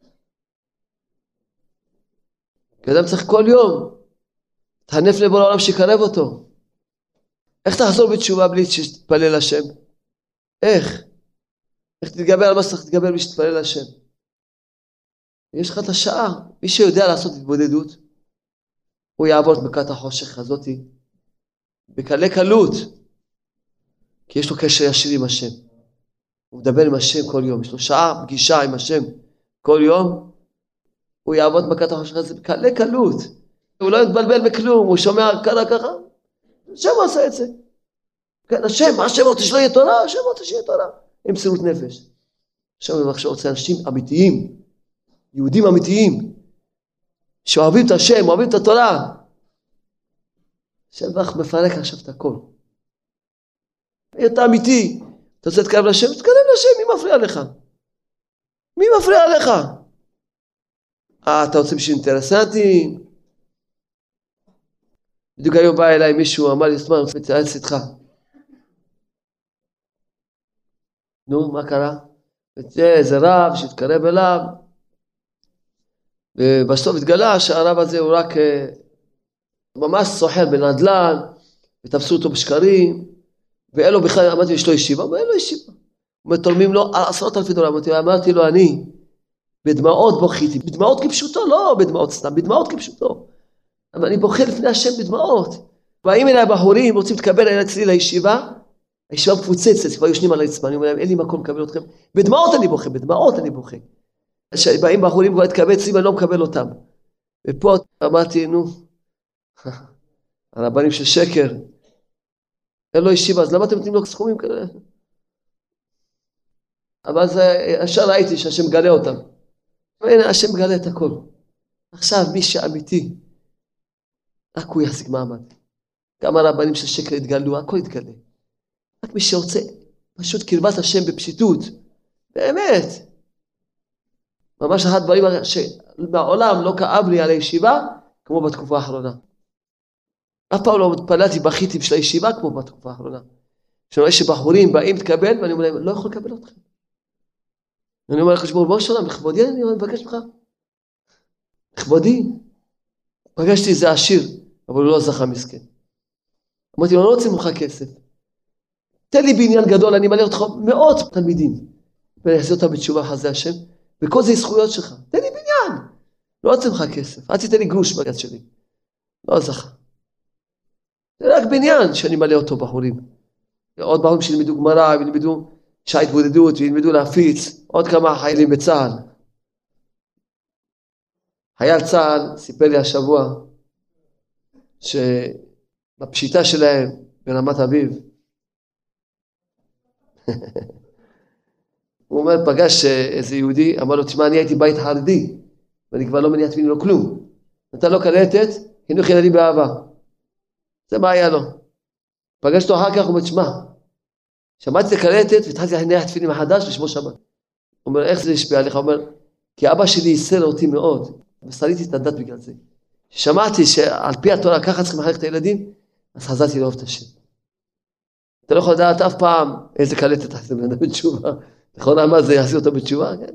כי אדם צריך כל יום, תענף לבוא לעולם שיקרב אותו. איך תחזור בתשובה בלי שתתפלל לשם? איך? איך תתגבר על מה שצריך להתגבר בלי שתתפלל לשם? יש לך את השעה. מי שיודע לעשות התבודדות, הוא יעבור את מכת החושך הזאת בקלי קלות. כי יש לו קשר ישיר עם השם. הוא מדבר עם השם כל יום. יש לו שעה פגישה עם השם כל יום. הוא יעבוד מכת החושך הזה בקלי קלות. הוא לא יתבלבל בכלום. הוא שומע ככה. השם עושה את זה. כן, השם רוצה שלא יהיה תורה. השם רוצה שיהיה תורה. עם מסירות נפש. השם רוצה אנשים אמיתיים. יהודים אמיתיים. שאוהבים את השם, אוהבים את התורה. השם מפרק עכשיו את הכל. אתה אמיתי, אתה רוצה להתקרב לשם, תתקרב לשם, מי מפריע לך? מי מפריע לך? אתה רוצה בשביל אינטרסנטי? בדיוק היום בא אליי מישהו, אמר לי, אני רוצה להתייעץ איתך. נו, מה קרה? איזה רב שהתקרב אליו, ובסוף התגלה שהרב הזה הוא רק ממש סוחר בנדל"ן, ותפסו אותו בשקרים, ואין לו בכלל, אמרתי, יש לו ישיבה? אבל אין לו ישיבה. ותורמים לו $10,000. אמרתי לו, אני בדמעות בוכיתי, בדמעות כפשוטו, לא בדמעות סתם, בדמעות כפשוטו. אבל אני בוכה לפני השם בדמעות. באים אליי בחורים, רוצים להתקבל אצלי לישיבה, הישיבה מפוצצת, כבר יושנים על הרצפה, אני אומר להם, אין לי מקום לקבל אתכם. בדמעות אני בוכה, בדמעות אני בוכה. כשבאים בחורים כבר להתקבל אצלי, ואני לא מקבל אותם. ופה אמרתי, נו, הרבנים של שקר, אין לו ישיבה, אז למה אתם נותנים לו סכומים כאלה? אבל ישר ראיתי שהשם מגלה אותם. והנה, השם מגלה את הכל. עכשיו, מי שאמיתי, רק הוא יחזיק מעמד. גם הרבנים של שקר התגלו, הכל התגלה. רק מי שרוצה, פשוט קרבת השם בפשיטות. באמת. ממש אחד דברים שמעולם לא כאב לי על הישיבה, כמו בתקופה האחרונה. אף פעם לא התפללתי, בכיתי בשביל הישיבה כמו בתקופה האחרונה. שאני רואה שבחורים באים להתקבל, ואני אומר להם, לא יכול לקבל אתכם. אני אומר לך, בוא שלום, לכבודי, אני מבקש ממך. לכבודי. פגשתי איזה עשיר, אבל הוא לא זכה מסכן. אמרתי לו, אני לא רוצה ממך כסף. תן לי בעניין גדול, אני מלא אותך מאות תלמידים. ואני אחזיר אותם בתשובה חזה השם, וכל זה זכויות שלך. תן לי בעניין. לא רוצה ממך כסף. אל תתן לי גרוש ביד שלי. לא זכה. זה רק בעניין שאני מלא אותו בחורים. עוד בחורים שילמדו גמרא, וילמדו שעה התבודדות, וילמדו להפיץ. עוד כמה חיילים בצה"ל. חייל צה"ל סיפר לי השבוע, שבפשיטה שלהם ברמת אביב, הוא אומר, פגש איזה יהודי, אמר לו, תשמע, אני הייתי בית חרדי, ואני כבר לא מניע תמיד לו כלום. נתן לו קלטת, חינוך ילדים באהבה. זה מה היה לו. פגש אותו אחר כך, הוא אומר, תשמע, שמעתי את הקלטת, והתחלתי להניח תפילין מחדש לשמור שבת. הוא אומר, איך זה השפיע עליך? הוא אומר, כי אבא שלי ייסר אותי מאוד, וסריתי את הדת בגלל זה. שמעתי שעל פי התורה ככה צריכים לחנך את הילדים, אז חזרתי לאהוב את השם. אתה לא יכול לדעת אף פעם איזה קלטת תעשה בן אדם בתשובה. נכון, מה זה יעשי אותו בתשובה? כן.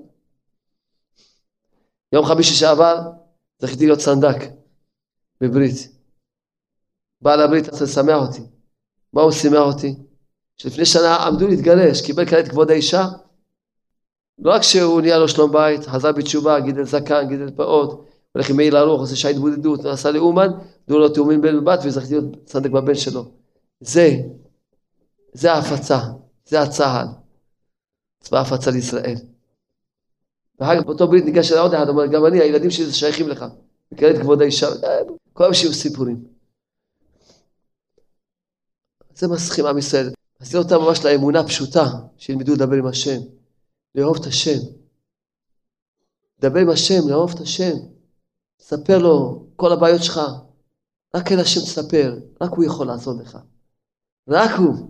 יום חמישי שעבר זכיתי להיות סנדק בברית. בעל הברית רוצה לשמח אותי. מה הוא שימח אותי? שלפני שנה עמדו להתגרש, קיבל קלט כבוד האישה, לא רק שהוא נהיה לו שלום בית, חזר בתשובה, גידל זקן, גידל פאות, הולך עם מעיל ארוך, עושה שעה התבודדות, נסע לאומן, דעו לו תאומים בן ובת, וזכיתי להיות סנדק בבן שלו. זה ההפצה, זה הצהל. צבא ההפצה לישראל. ואחר כך באותו ברית ניגש אל עוד אחד, אומר, גם אני, הילדים שלי זה שייכים לך. מקלט כבוד האישה, כל היום שיהיו סיפורים. זה מסכים עם ישראל. אז זה אותה ממש לאמונה פשוטה, שילמדו לדבר עם השם. לאהוב את השם. דבר עם השם, לאהוב את השם. ספר לו כל הבעיות שלך. רק אל השם תספר, רק הוא יכול לעזור לך. רק הוא.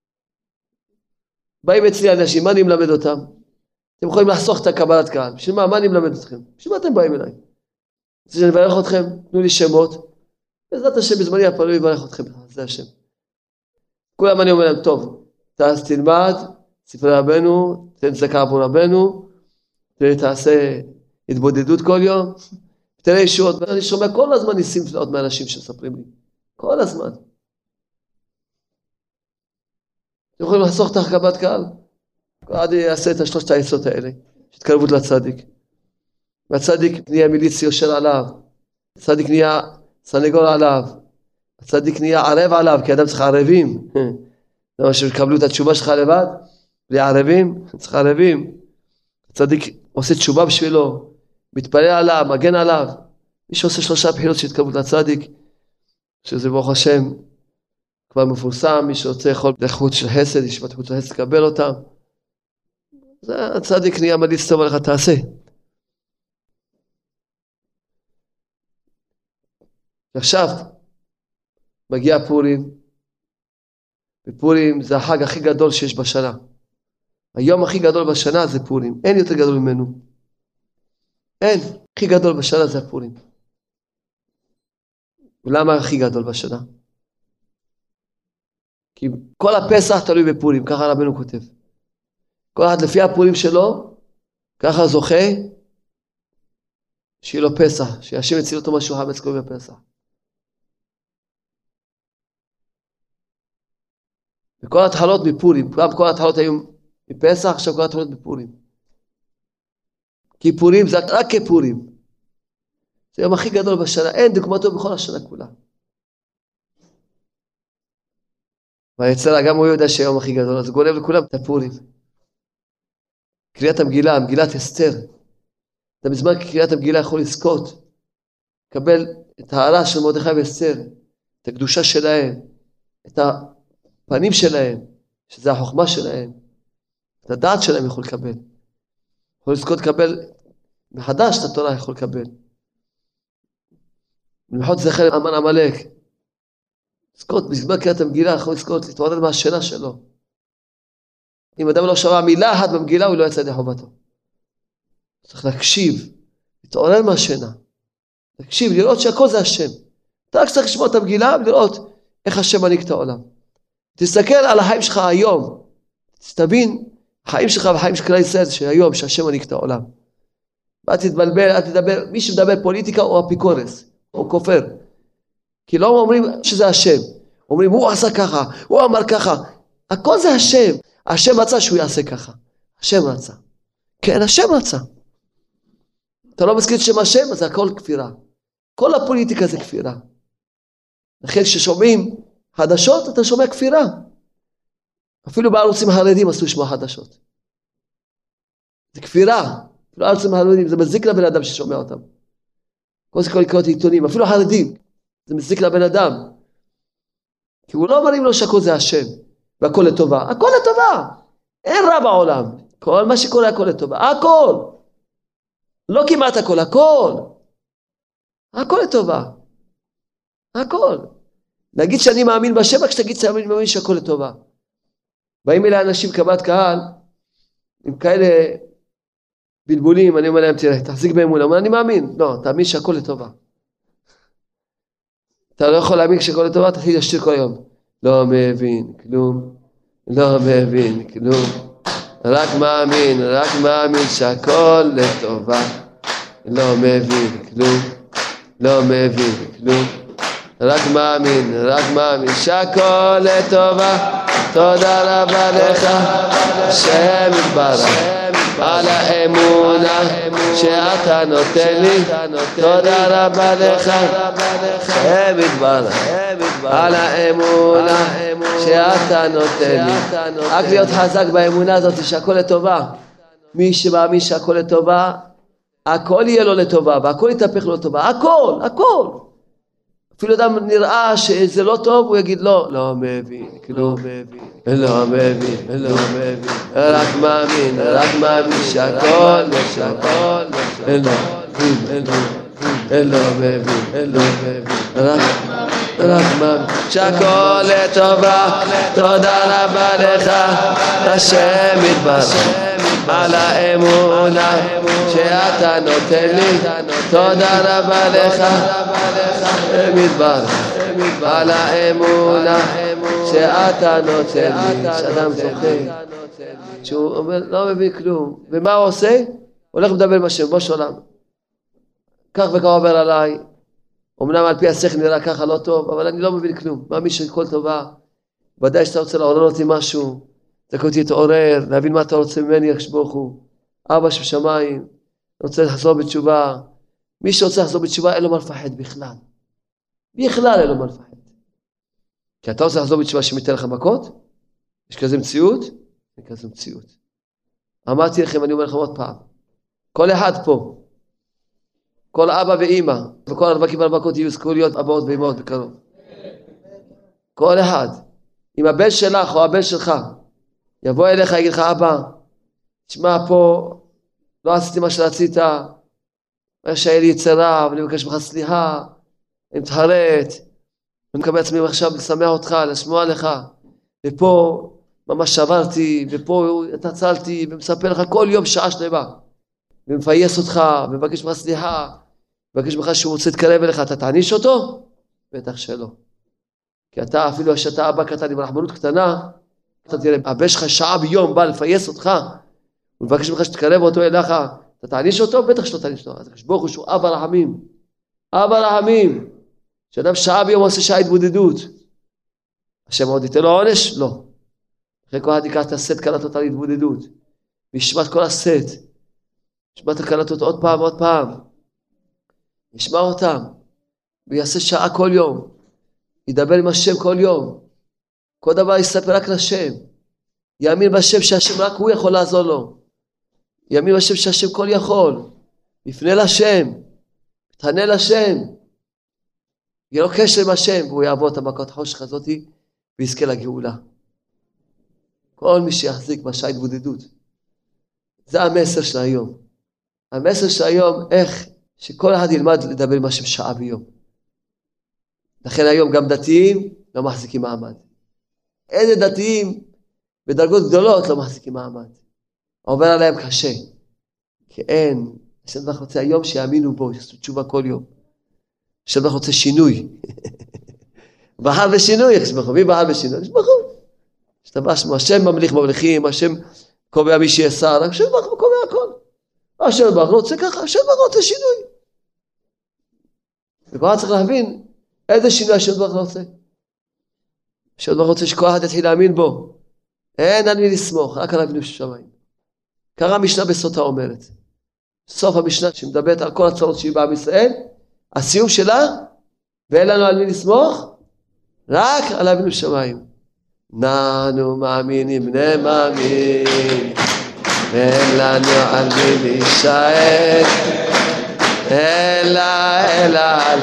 באים אצלי אנשים, מה אני מלמד אותם? אתם יכולים לחסוך את הקבלת קהל. בשביל מה אני מלמד אתכם? בשביל מה אתם באים אליי? רוצה שאני אברך אתכם? תנו לי שמות. בעזרת השם בזמני הפעלו יברך אתכם. זה השם. כולם אני אומר להם, טוב, תעש תלמד, ספרי רבנו, תן צדקה עבור רבנו, תעשה התבודדות כל יום, תראה ישועות. אני שומע כל הזמן ניסים עוד מהאנשים שמספרים לי. כל הזמן. אתם יכולים לחסוך את הקבלת קהל? עד יעשה את השלושת העצות האלה, התקרבות לצדיק. והצדיק נהיה מיליץ יושר עליו, הצדיק נהיה סנגור עליו, הצדיק נהיה ערב עליו, כי אדם צריך ערבים. זה מה שקבלו את התשובה שלך לבד, בלי ערבים, צריך ערבים. הצדיק עושה תשובה בשבילו, מתפלל עליו, מגן עליו. מי שעושה 3 בחינות של התקרבות לצדיק, שזה ברוך השם כבר מפורסם, מי שרוצה יכול לחוץ של חסד, ישיבת חוץ של חסד, לקבל אותם. זה הצדיק נהיה מליץ טוב עליך, תעשה. עכשיו, מגיע פורים, ופורים זה החג הכי גדול שיש בשנה. היום הכי גדול בשנה זה פורים, אין יותר גדול ממנו. אין, הכי גדול בשנה זה הפורים. ולמה הכי גדול בשנה? כי כל הפסח תלוי בפורים, ככה רבנו כותב. כל אחד לפי הפורים שלו, ככה זוכה, שיהיה לו פסח, שהשם יציל אותו משהו חמץ קוראים בפסח. וכל התחלות בפורים, פעם כל התחלות היו מפסח, עכשיו כל התחלות בפורים. כי פורים זה רק כפורים. זה היום הכי גדול בשנה, אין דוגמתו בכל השנה כולה. והיצרה גם הוא יודע שהיום הכי גדול, אז הוא גונב לכולם את הפורים. קריאת המגילה, מגילת אסתר. אתה בזמן קריאת המגילה יכול לזכות, לקבל את הערה של מרדכי ואסתר, את הקדושה שלהם, את הפנים שלהם, שזה החוכמה שלהם, את הדעת שלהם יכול לקבל. יכול לזכות לקבל מחדש את התורה יכול לקבל. במיוחד זכר אמן עמלק. לזכות בזמן קריאת המגילה יכול לזכות להתמודד מהשאלה שלו. אם אדם לא שמע מילה אחת במגילה, הוא לא יצא ידי חובתו. צריך להקשיב, להתעורר מהשינה. להקשיב, לראות שהכל זה השם. אתה רק צריך לשמוע את המגילה ולראות איך השם מנהיג את העולם. תסתכל על החיים שלך היום. תבין, החיים שלך והחיים של כלל ישראל זה שהיום, שהשם מנהיג את העולם. ואל תתבלבל, אל תדבר, מי שמדבר פוליטיקה הוא אפיקורס, הוא כופר. כי לא אומרים שזה השם. אומרים, הוא עשה ככה, הוא אמר ככה. הכל זה השם. השם רצה שהוא יעשה ככה. השם רצה. כן, השם רצה. אתה לא מזכיר את שם השם, אז הכל כפירה. כל הפוליטיקה זה כפירה. לכן כששומעים חדשות, אתה שומע כפירה. אפילו בערוצים החרדים אסור לשמוע חדשות. זה כפירה. אפילו בערוצים החרדים, זה מזיק לבן אדם ששומע אותם. כל זה כל לקרוא את העיתונים, אפילו החרדים. זה מזיק לבן אדם. כי הוא לא אומרים לו שהכל זה השם. והכל לטובה. הכל לטובה. אין רע בעולם. כל מה שקורה הכל לטובה. הכל. לא כמעט הכל, הכל. הכל לטובה. הכל. להגיד שאני מאמין בשם, רק שתגיד שאני מאמין שהכל לטובה. באים אלה אנשים קבלת קהל, עם כאלה בלבולים, אני אומר להם, תראה, תחזיק באמונה. אומר, אני מאמין. לא, תאמין שהכל לטובה. אתה לא יכול להאמין שהכל לטובה, תתחיל לשיר כל היום. לא מבין כלום. לא מבין כלום, רק מאמין שהכל לטובה. לא מבין כלום, לא מבין כלום, רק מאמין שהכל לטובה. תודה רבה לך השם יתברך על האמונה שאתה נותן לי. תודה רבה לך השם יתברך על האמונה שאתה נותן לי. רק להיות חזק באמונה הזאת שהכל לטובה. מי שמאמין שהכל לטובה, הכל יהיה לו לטובה והכל יתהפך לו לטובה. הכל. אפילו אדם נראה שזה לא טוב, הוא יגיד לא מבין, לא מבין, רק מאמין שהכל, לא מבין, רק מאמין שהכל לטובה. תודה רבה לך השם יתברך על האמונה שאתה נותן לי. תודה רבה לך השם יתברך על האמונה שאתה נותן לי. שאדם צוחק שהוא אומר לא מבין כלום, ומה הוא עושה? הולך לדבר עם השם, בוש עולם, כך וכך עובר עליי, אמנם על פי השכל נראה ככה לא טוב, אבל אני לא מבין כלום, מאמין שכל טובה. ודאי שאתה רוצה לעורר אותי משהו, תקע אותי להתעורר, להבין מה אתה רוצה ממני, הקדוש ברוך הוא. אבא שבשמיים, רוצה לחזור בתשובה. מי שרוצה לחזור בתשובה אין לו מה לפחד בכלל אין לו מה לפחד. כי אתה רוצה לחזור בתשובה שמתן לך מכות, יש כזה מציאות, אמרתי לכם, אני אומר לכם עוד פעם, כל אחד פה, כל אבא ואמא, וכל הרווקים והרווקות יהיו זכו להיות אבאות ואמאות בקרוב. כל אחד, אם הבן שלך או הבן שלך, יבוא אליך, יגיד לך, אבא, תשמע פה, לא עשיתי מה שרצית, שהיה לי יצרה, ואני מבקש ממך סליחה, אני מתחרט, אני מקבל עצמי עכשיו לשמח אותך, לשמוע לך, ופה ממש שברתי, ופה התעצלתי, ומספר לך כל יום שעה שלמה, ומפייס אותך, ומבקש ממך סליחה, מבקש ממך שהוא רוצה להתקרב אליך, אתה תעניש אותו? בטח שלא. כי אתה, אפילו שאתה אבא קטן עם רחמנות קטנה, אתה תראה, הבן שלך שעה ביום בא לפייס אותך, ומבקש ממך שתקרב אותו אליך, אתה תעניש אותו? בטח שלא תעניש אותו. אז הקדוש ברוך הוא שהוא אבא רחמים, שאדם שעה ביום עושה שעה התבודדות, השם עוד ייתן לו עונש? לא. אחרי כל אחד ייקח את הסט קלטות על התבודדות, וישמע את כל הסט, ישמע את הקלטות עוד פעם, ישמע אותם, ויעשה שעה כל יום, ידבר עם השם כל יום, כל דבר יספר רק לשם, יאמין בשם שהשם רק הוא יכול לעזור לו, יאמין בשם שהשם כל יכול, יפנה לשם, יתענה לשם, יהיה לו קשר עם השם, והוא יעבור את המכות חושך הזאת, ויזכה לגאולה. כל מי שיחזיק בשעה התבודדות, זה המסר של היום. המסר של היום, איך שכל אחד ילמד לדבר עם השם שעה ביום. לכן היום גם דתיים לא מחזיקים מעמד. איזה דתיים בדרגות גדולות לא מחזיקים מעמד. עובר עליהם קשה. כי אין, השם דרך רוצה היום שיאמינו בו, יעשו תשובה כל יום. השם דרך רוצה שינוי. בחר בשינוי, מי בחר בשינוי? שתבע שמו, השם ממליך ממליכים, השם קובע מי שיהיה שר, השם ברוך הוא קובע הכל. השם ברוך הוא רוצה ככה, השם ברוך הוא רוצה שינוי. וכבר צריך להבין איזה שינוי השם ברוך הוא רוצה. השם ברוך הוא רוצה שכל אחד יתחיל להאמין בו. אין על מי לסמוך, רק על אבינו שבשמיים. קרא משנה בסוטה אומרת. סוף המשנה שמדברת על כל הצרות שהיא בעם ישראל, הסיום שלה, ואין לנו על מי לסמוך, רק על אבינו בשמיים. ננו מאמינים בני מאמין, אין לנו על מי להישאר, אלא על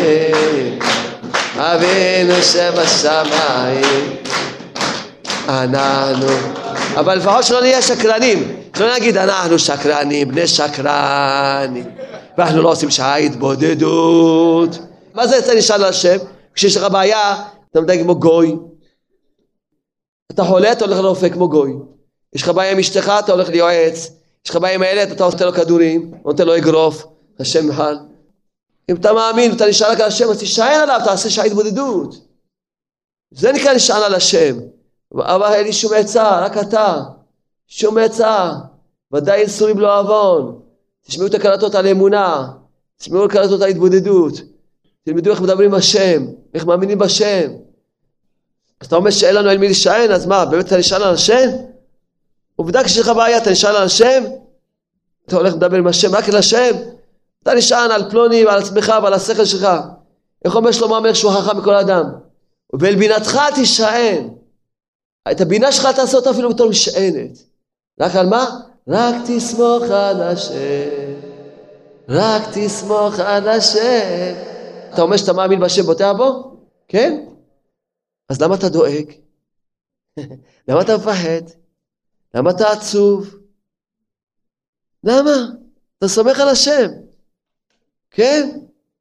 אבינו שבשמיים. אנחנו, אבל לפחות שלא נהיה שקרנים, שלא נגיד אנחנו שקרנים, בני שקרנים, ואנחנו לא עושים שעה התבודדות. מה זה יצא נשאל על השם? כשיש לך בעיה, אתה מדבר כמו גוי. אתה חולה, אתה הולך לרופא כמו גוי. יש לך בעיה עם אשתך, אתה הולך ליועץ. יש לך בעיה עם הילד, אתה נותן לו כדורים, נותן לו אגרוף, השם מחל. אם אתה מאמין ואתה נשאל רק על השם, אז תשען עליו, תעשה שעה התבודדות. זה נקרא נשען על השם. אבל אין לי שום עצה, רק אתה. שום עצה. ודאי איסורים לא עוון. תשמעו את הקלטות על אמונה. תשמעו את הקלטות על התבודדות. תלמדו איך מדברים בשם. איך מאמינים בשם. אז אתה אומר שאין לנו על מי לשען, אז מה? באמת אתה נשען על השם? עובדה כשיש לך בעיה, אתה נשען על השם? אתה הולך לדבר עם השם, רק על השם? אתה נשען על פלוני ועל עצמך ועל השכל שלך. איך אומר שלמה המלך שהוא חכם מכל אדם? ואל בינתך תשען. את הבינה שלך תעשה אותה אפילו בתור משענת. רק על מה? רק תסמוך על השם. רק תסמוך על השם. אתה אומר שאתה מאמין בשם בוטח בו? כן? אז למה אתה דואג? למה אתה מפחד? למה אתה עצוב? למה? אתה סומך על השם. כן?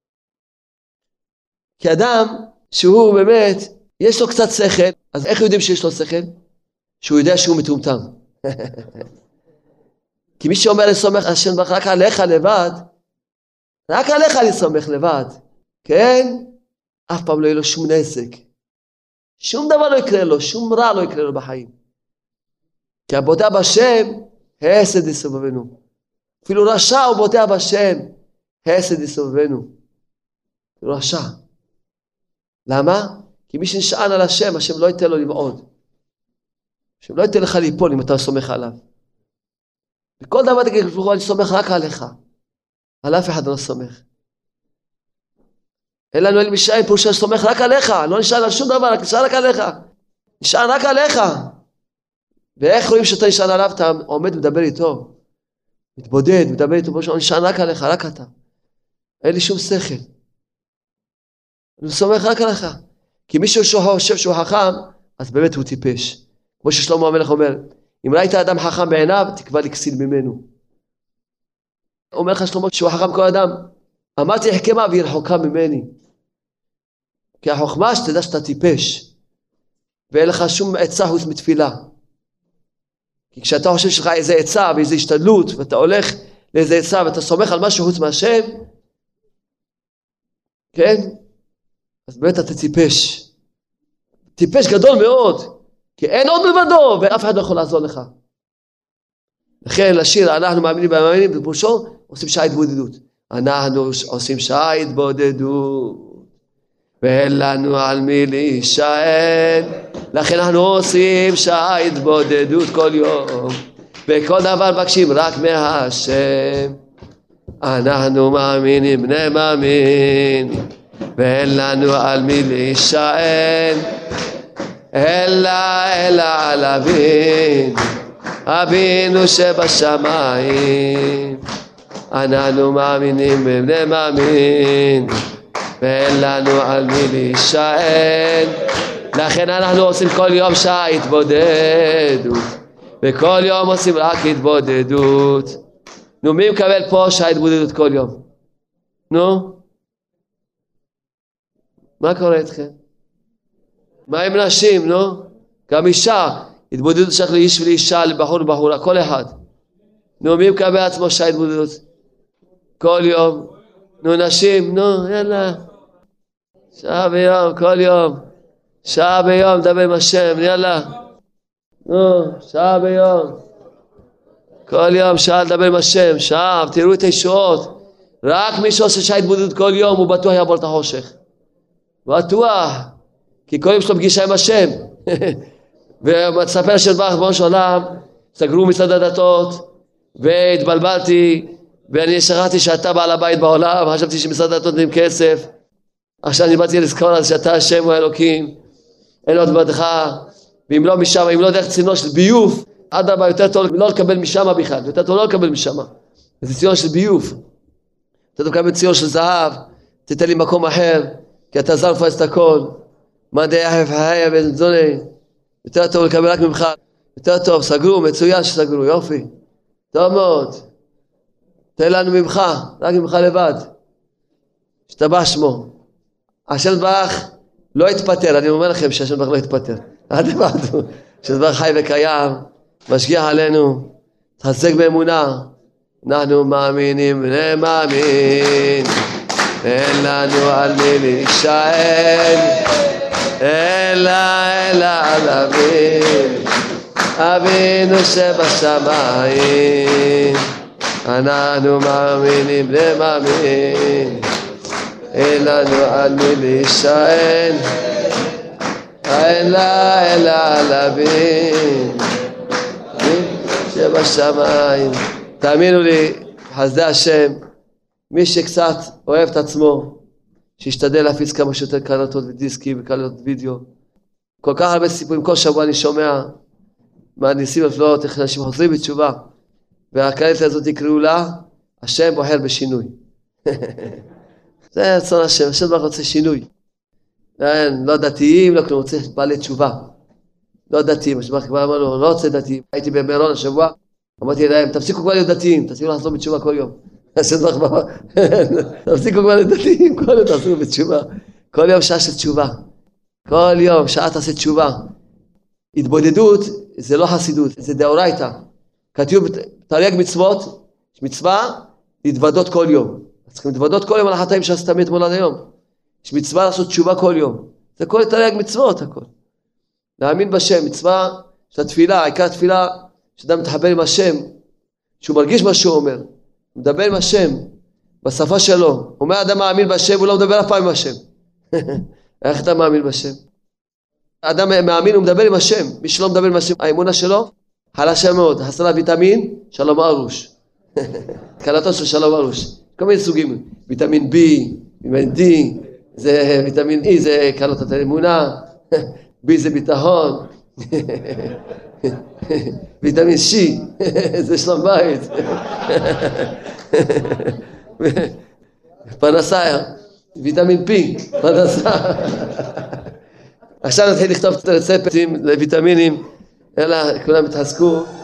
כי אדם שהוא באמת, יש לו קצת שכל, אז איך יודעים שיש לו שכל? שהוא יודע שהוא מטומטם. כי מי שאומר אני סומך על השם רק עליך לבד, רק עליך אני סומך לבד, כן? אף פעם לא יהיה לו שום נזק. שום דבר לא יקרה לו, שום רע לא יקרה לו בחיים. כי הבוטח בשם, חסד יסובבנו. אפילו רשע הוא בוטח בשם, חסד יסובבנו. אפילו רשע. למה? כי מי שנשען על השם, השם לא ייתן לו לבעוד. השם לא ייתן לך ליפול אם אתה סומך עליו. בכל דבר תגיד, אני סומך רק עליך. על אף אחד לא סומך. אין לנו אל משען, פירוש שאני סומך רק עליך. לא נשען על שום דבר, נשען רק עליך. נשען רק עליך. ואיך רואים שאתה נשען עליו, אתה עומד ומדבר איתו. מתבודד, מדבר איתו, אני נשען רק עליך, רק אתה. אין לי שום שכל. אני סומך רק עליך. כי מישהו שחושב שהוא חכם, אז באמת הוא טיפש. כמו ששלמה המלך אומר, אם ראית אדם חכם בעיניו, תקבע לכסיל ממנו. אומר לך שלמה שהוא חכם כל אדם, אמרתי החכמה והיא רחוקה ממני. כי החוכמה שתדע שאתה טיפש, ואין לך שום עצה חוץ מתפילה. כי כשאתה חושב שלך איזה עצה ואיזה השתדלות, ואתה הולך לאיזה עצה ואתה סומך על משהו חוץ מהשם, כן? אז באמת אתה טיפש. טיפש גדול מאוד. כי אין עוד לבדו, ואף אחד לא יכול לעזור לך. לכן לשיר, אנחנו מאמינים במאמינים, ובראשו עושים שעה התבודדות. אנחנו עושים שעה התבודדות, ואין לנו על מי להישען. לכן אנחנו עושים שעה התבודדות כל יום, וכל דבר מבקשים רק מהשם. אנחנו מאמינים בני מאמין, ואין לנו על מי להישען. אלא על אבינו שבשמיים. אנחנו מאמינים בבני מאמין, ואין לנו על מי להישען. לכן אנחנו עושים כל יום שעה התבודדות, וכל יום עושים רק התבודדות. נו, מי מקבל פה שעה התבודדות כל יום? נו? מה קורה איתכם? מה עם נשים, נו? גם אישה, התבודדות שייך לאיש ולאישה, לבחור ובחורה, כל אחד. נו, מי מקבל עצמו שעה התבודדות? כל יום. נו, נשים, נו, יאללה. שעה ביום, כל יום. שעה ביום, דבר עם השם, יאללה. נו, שעה ביום. כל יום, שעה לדבר עם השם, שעה, תראו את הישועות. רק מי שעושה שעה התבודדות כל יום, הוא בטוח יעבור את החושך. בטוח. כי כל יום יש לו פגישה עם השם. ומספר של ברך בראש עולם, סגרו מצד הדתות, והתבלבלתי, ואני שכחתי שאתה בעל הבית בעולם, חשבתי שמצד הדתות נותנים כסף. עכשיו אני באתי לזכור על שאתה השם הוא האלוקים, אין עוד בדך, ואם לא משם, אם לא דרך צינור של ביוף, עד הבא יותר טוב לא לקבל משם בכלל, יותר טוב לא לקבל משם. זה צינור של ביוף. יותר טוב לקבל צינור של זהב, תתן לי מקום אחר, כי אתה זר לפרס את הכל. מה דעה חפהיה וזוני, יותר טוב לקבל רק ממך, יותר טוב, סגרו, מצוין שסגרו, יופי, טוב מאוד, תן לנו ממך, רק ממך לבד, שתבח שמו. השם ברך לא יתפטר, אני אומר לכם שהשם ברך לא יתפטר, עד לבדו, השם ברך חי וקיים, משגיח עלינו, תחזק באמונה, אנחנו מאמינים בני מאמין, אין לנו על מי להישען, אלא אבינו שבשמיים, אנחנו מאמינים למאמין, אין לנו על מי להישען, אלא אבינו שבשמיים. תאמינו לי, חסדי השם, מי שקצת אוהב את עצמו, שישתדל להפיץ כמה שיותר קלטות ודיסקים וקלטות וידאו. כל כך הרבה סיפורים, כל שבוע אני שומע מהניסים ונפלאות, איך אנשים חוזרים בתשובה, והקלטת הזאת יקראו לה, השם בוחר בשינוי. זה רצון השם, השם ברוך רוצה שינוי. לא דתיים, לא כלום, רוצה בעלי תשובה. לא דתיים, השם ברוך כבר אמר לו, לא רוצה דתיים. הייתי במירון השבוע, אמרתי להם, תפסיקו כבר להיות דתיים, תפסיקו לחזור בתשובה כל יום. השם ברוך כבר, תפסיקו כבר להיות דתיים, כל יום תעשו בתשובה. כל יום שעה של תשובה. כל יום שעה תעשה תשובה. התבודדות זה לא חסידות, זה דאורייתא. כתוב תרי"ג מצוות, יש מצווה להתוודות כל יום. צריכים להתוודות כל יום על החטאים שעשית מאתמול עד היום. יש מצווה לעשות תשובה כל יום. זה כל תרי"ג מצוות הכל. להאמין בשם, מצווה של התפילה, העיקר התפילה שאדם מתחבר עם השם, שהוא מרגיש מה שהוא אומר, הוא מדבר עם השם בשפה שלו. הוא אומר אדם מאמין בשם, הוא לא מדבר אף פעם עם השם. איך אתה מאמין בשם? האדם מאמין, הוא מדבר עם השם. מי שלא מדבר עם השם, האמונה שלו חלשה מאוד, חסרה ויטמין שלום ארוש. קלטות של שלום ארוש. כל מיני סוגים, ויטמין B, ויטמין D, זה ויטמין E, זה קלטות האמונה, B זה ביטחון, ויטמין C, זה שלום בית, פרנסה, ויטמין P, פרנסה. עכשיו נתחיל לכתוב את הרצפטים לויטמינים, אלא כולם התחזקו.